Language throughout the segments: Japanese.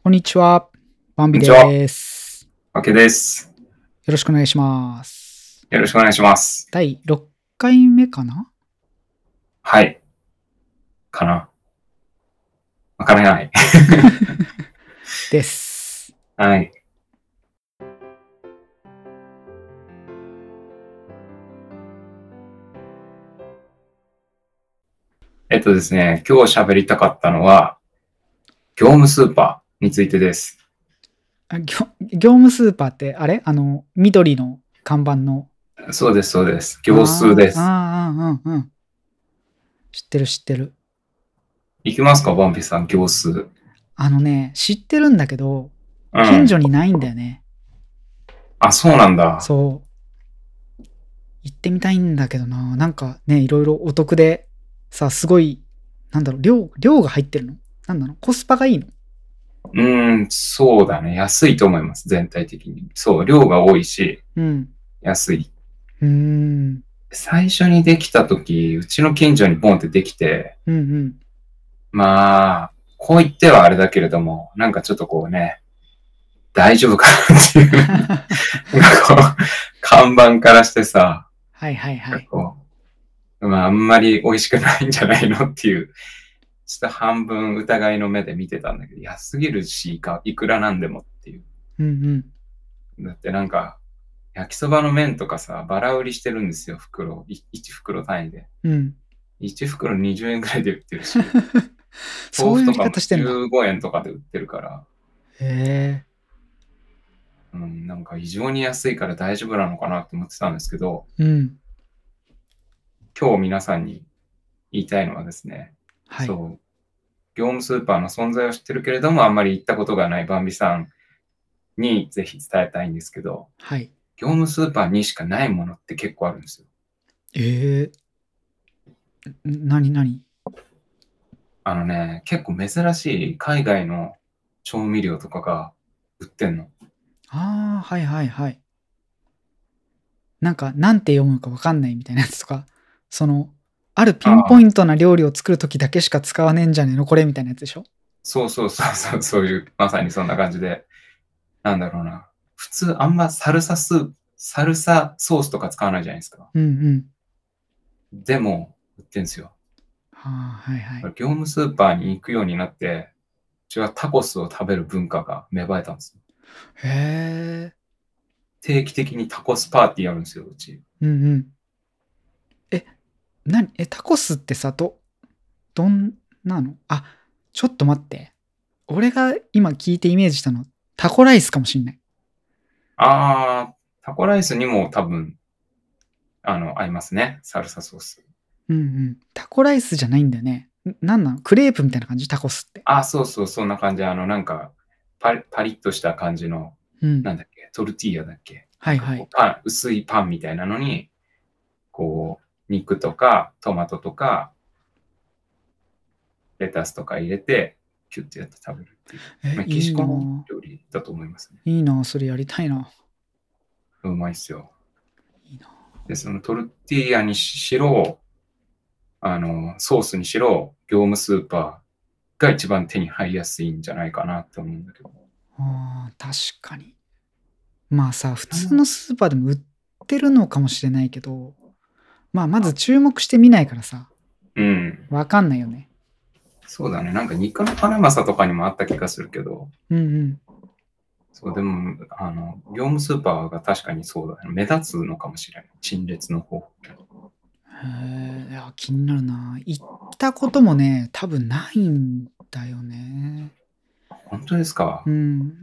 こんにちは。バンビこんにちは。 です。 OK です。 よろしくお願いします。 よろしくお願いします。 第6回目かなはい。かなわからない。 です。 はい。ですね、今日喋りたかったのは、業務スーパーについてです。 業務スーパーってあれ緑の看板の。 そうです、そうです。業数ああ、 です。 うん。知ってる知ってる。 いきますか、バンビさん、業数。 知ってるんだけど、近うん。 所にないんだよね。 あ、そうなんだ。 そう。行ってみたいんだけどな。なんかね、いろいろお得で、さ、すごい、量が入ってるのなんだろうコスパがいいの？ そうだね。安いと思います、全体的に。そう、量が多いし、 うん。 安い。 うーん。 最初にできた時、うちの近所にボンってできて、 うんうん。 まあ、こう言ってはあれだけれども、なんかちょっとこうね、大丈夫かなっていうなんかこう、看板からしてさ、 はいはいはい。 こまあ、あんまり美味しくないんじゃないのっていう、ちょっと半分疑いの目で見てたんだけど、安すぎるし、いくらなんでもっていう。 うんうん。 だってなんか、焼きそばの麺とかさ、バラ売りしてるんですよ、1袋単位で。 うん。 1袋20円くらいで売ってるし、豆そういう売り腐とかも方してんだ。 15円とかで売ってるから、 へえ。 なんか異常に安いから大丈夫なのかなって思ってたんですけど、 うん。 今日皆さんに言いたいのはですね、 はい。 そう、業務スーパーの存在を知ってるけれども、あんまり行ったことがないバンビさんにぜひ伝えたいんですけど、 はい。 業務スーパーにしかないものって結構あるんですよ。 ええ。なになに？ 結構珍しい海外の調味料とかが売ってんの。 ああ、はいはいはい。なんか、なんて読むかわかんないみたいなやつとか、その、あるピンポああ、 イントな料理を作るときだけしか使わねえんじゃねえのこれみたいなやつでしょ？ そういう、まさにそんな感じで、なんだろうな。普通あんまサルサソースとか使わないじゃないですか。 うんうん。 でも、売ってんすよ。 ああ、はいはい。 業務スーパーに行くようになって、うちはタコスを食べる文化が芽生えたんですよ。 へえ。 定期的にタコスパーティーやるんですよ、うち。 うんうん。え、タコスってさ、どんなの？あ、ちょっと待って。俺が今聞いてイメージしたの、タコライスかもしんない。 タコライスにも多分、合いますね。サルサソース。 うんうん。タコライスじゃないんだよね。なんなのクレープみたいな感じタコスって。 そんな感じ。なんか、パリッとした感じの、 うん。 なんだっけ、トルティーヤだっけ。なんかこう、 はいはい。 薄いパンみたいなのに、こう、肉とかトマトとかレタスとか入れて、キュッてやって食べるっていう。メキいいなシコのぁ。 料理だと思いますね。 いいなぁ。それやりたいな。 うまいっすよ。 いいなで、そのトルティーヤにしろ、ソースにしろ、業務スーパーが一番手に入りやすいんじゃないかなって思うんだけど。 あー確かに。まあさ、普通のスーパーでも売ってるのかもしれないけど、まあまず注目してみないからさ、 うん。 わかんないよね。 そうだね。なんか肉のハナマサとかにもあった気がするけど、 うんうん。 そう、でも、業務スーパーが確かにそうだね。目立つのかもしれない。陳列の方。 へえ、いや、気になるな。行ったこともね、多分ないんだよね。 本当ですか？ うん。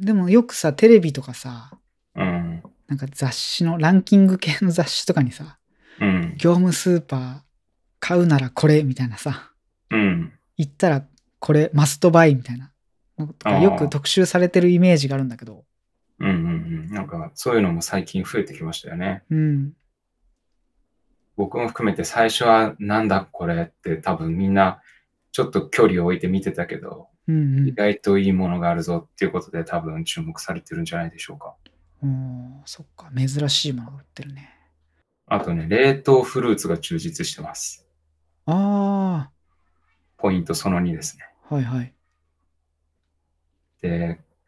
でもよくさ、テレビとかさ、 うん。 なんか雑誌のランキング系の雑誌とかにさ、 うん。 業務スーパー買うならこれみたいなさ、 うん。 行ったらこれマストバイみたいなのとかよくああ。 特集されてるイメージがあるんだけど、 なんか、そういうのも最近増えてきましたよね。 うん、 僕も含めて最初はなんだこれって多分みんなちょっと距離を置いて見てたけど、意うん外といいものがあるぞっていうことで多分注目されてるんじゃないでしょうか。 うん。そっか、珍しいものが売ってるね。 あとね、冷凍フルーツが充実してます。 あポイントその2ですね。 あ、はいはい。 で、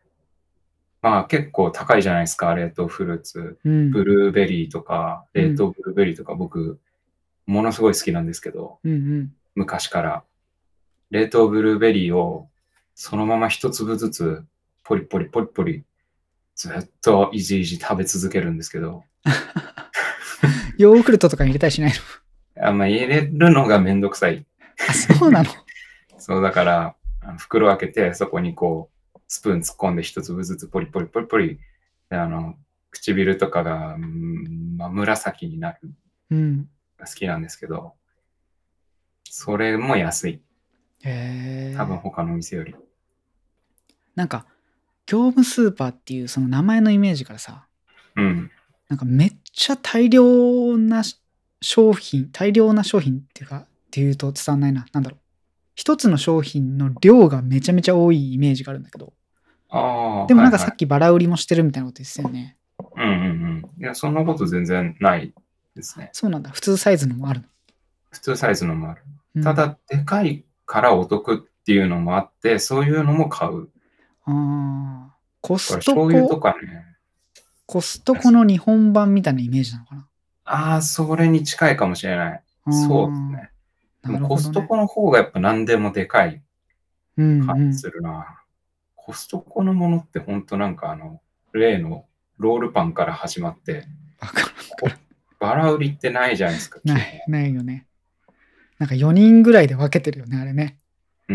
まあ結構高いじゃないですか、冷凍フルーツ。 うん。 ブルーベリーとか、 うん。 冷凍ブルーベリーとか僕、ものすごい好きなんですけど、 うん。 昔から。冷凍ブルーベリーをそのまま一粒ずつ、ポリポリポリポリ、ずっといじいじ食べ続けるんですけど、 ヨーグルトとかに入れたりしないの？ あんま入れるのがめんどくさい。 あ、そうなの？ そうだから、袋開けて、そこにこう、スプーン突っ込んで一粒ずつポリポリポリポリ、で唇とかが、まあ、紫になるうん。 が好きなんですけど、それも安い。多分へえ。 他の店より。 なんか、業務スーパーっていうその名前のイメージからさ、 うん。 なんかめっちゃ大量な商品っていうか、っていうと伝わんないな。なんだろう。一つの商品の量がめちゃめちゃ多いイメージがあるんだけど、 ああ、 でもなんかはいはい。 さっきバラ売りもしてるみたいなこと言ってたよね。 うんうんうん。いや、そんなこと全然ないですね。 そうなんだ。普通サイズのもあるの？ 普通サイズのもある。 うん。 ただ、でかいからお得っていうのもあって、そういうのも買う。 ああ、コスこれ醤油とトコ、 かね。 コストコの日本版みたいなイメージなのかな？ ああ、それに近いかもしれない。 あそうですね。 あ、 でもなるほどね。 コストコの方がやっぱ何でもでかいうん感じうん。 するな。コストコのものってほんとなんか例のロールパンから始まって、 わかるわかる。 バラ売りってないじゃないですか、基本。 ない、ないよね。なんか4人ぐらいで分けてるよね、あれね。 うん。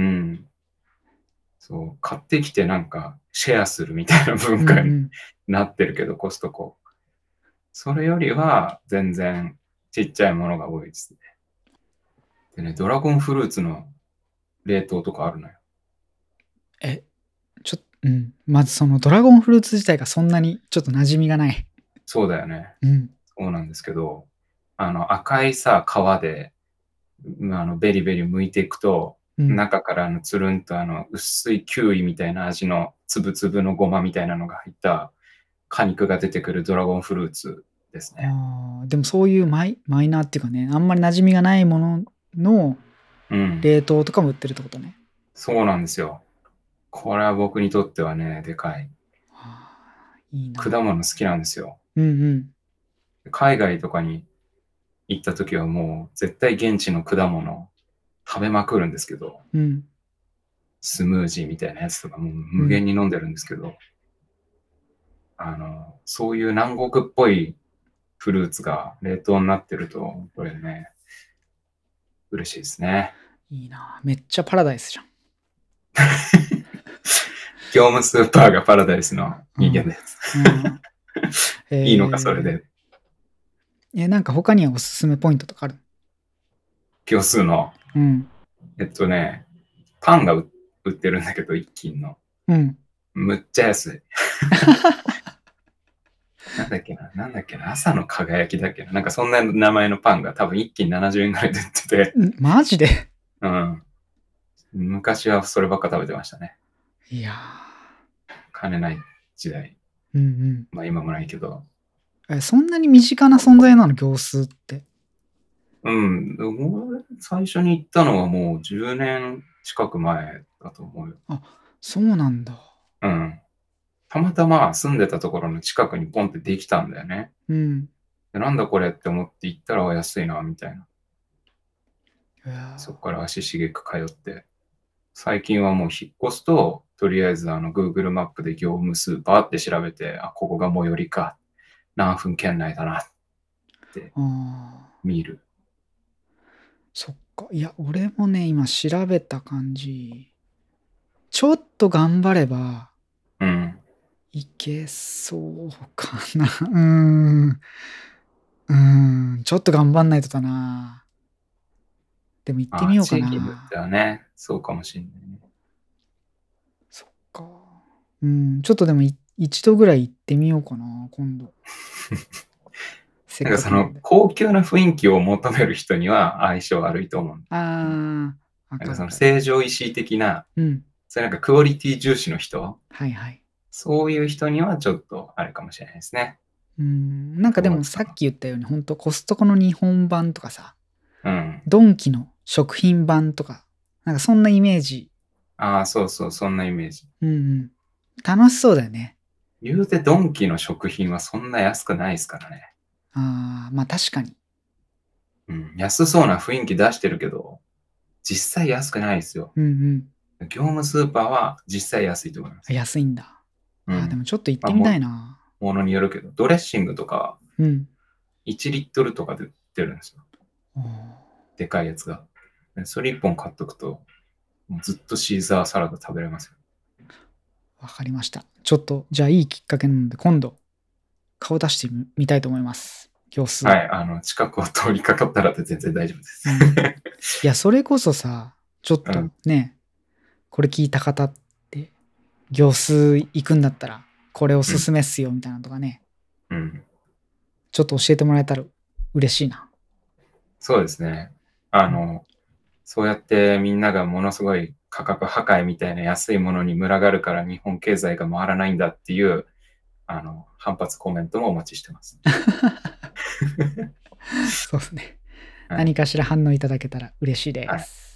そう、買ってきてなんかシェアするみたいなうんう文化にん。 なってるけど、コストコ。それよりは全然ちっちゃいものが多いですね。でね、ドラゴンフルーツの冷凍とかあるのよ。 え、うん。まずそのドラゴンフルーツ自体がそんなにちょっと馴染みがない。 そうだよね。 うん。 そうなんですけど、赤いさ、皮で、ベリベリ剥いていくと、 うん。 中からつるんと薄いキウイみたいな味のつぶつぶのごまみたいなのが入った果肉が出てくるドラゴンフルーツですね。 ああ、でもそういうマイナーっていうかね、あんまり馴染みがないもののうん。 冷凍とかも売ってるってことね。 そうなんですよ。これは僕にとってはね、でかい。 ああ、いい果な。 物好きなんですよ。 うんうん。 海外とかに行った時はもう絶対現地の果物食べまくるんですけど、 うん。 スムージーみたいなやつとかもう無うん。 限に飲んでるんですけど、そういう南国っぽいフルーツが冷凍になってると、これね、嬉しいですね。 いいな。めっちゃパラダイスじゃん。 業務スーパーがパラダイスの人間うん。 です。 うん。 いいのか、それえで。 なんか他にはおすすめポイントとかある？ 業数の、 うん。 ね、パンが売ってるんだけど、一斤の。 うん。 むっちゃ安い。なんだっけな、朝の輝きだっけな。なんかそんな名前のパンが多分一斤70円ぐらいで売ってて、 マジで？ うん。昔はそればっか食べてましたね。 いや金ない時代。 ー。うんまあ今もないけど。 うん。そんなに身近な存在なの、業数って？ うん。俺最初に行ったのはもう10年近く前だと思うよ。 あ、そうなんだ。 うん。たまたま住んでたところの近くにポンってできたんだよね。 うん。 でなんだこれって思って行ったら安いな、みたいな。 いやそこから足しげく通って。最近はもう引っ越すと、とりあえずGoogle マップで業務スーパーって調べて、あ、ここが最寄りか。何分圏内だなってー。ああ。 見る。 そっか。いや、俺もね、今調べた感じ。ちょっと頑張れば、 うん。 いけそうかな。ちょっと頑張んないとだな。でも行ってみあ、 ようか地域によってな。 はね、そうかもしれないね。 そっか。ちょっとでも一度ぐらい行ってみようかな、今度。せっなんかかくなんで。 高級な雰囲気を求める人には相性悪いと思う。 あー、わなんかかるわかる。 成城石井的な、 うん。 それなんかクオリティ重視の人、 はいはい。 そういう人にはちょっとあれかもしれないですね。 なんかでもさっどうだったかき言ったように、本当コストコの日本版とかさ、 な。うん。 ドンキの食品版とか、なんかそんなイメージ。 ああ、そうそう、そんなイメージ。 うんうん。楽しそうだよね。 言うてドンキの食品はそんな安くないですからね。 ああ、まあ確かに。 うん。安そうな雰囲気出してるけど、実際安くないですよ。 うん業務スーパーは実際安いと思いまうん。 す。 安いんだ。ああ、でうん。 もちょっと行っまあ、 てみたいな。 ものによるけど、ドレッシングとかうん。 1リットルとかで売ってるんですよ。 おーでかいやつが。それ1本買っとくと、もうずっとシーザーサラダ食べれますよ。 わかりました。ちょっと、じゃあいいきっかけなので、今度、顔出してみたいと思います。行数。 はい。近くを通りかかったらで全然大丈夫です。 いや、それこそさ、ちょっとうんね、これ聞いた方って、行数行くんだったら、これおすすめっすよ、みたいなのとかね、 うん。 ちょっと教えてもらえたら嬉しいな。 そうですね。そうやってみんながものすごい価格破壊みたいな安いものに群がるから日本経済が回らないんだっていう、反発コメントもお待ちしてます。 そうですね。 はい何かしら反応いただけたら嬉しいではいす。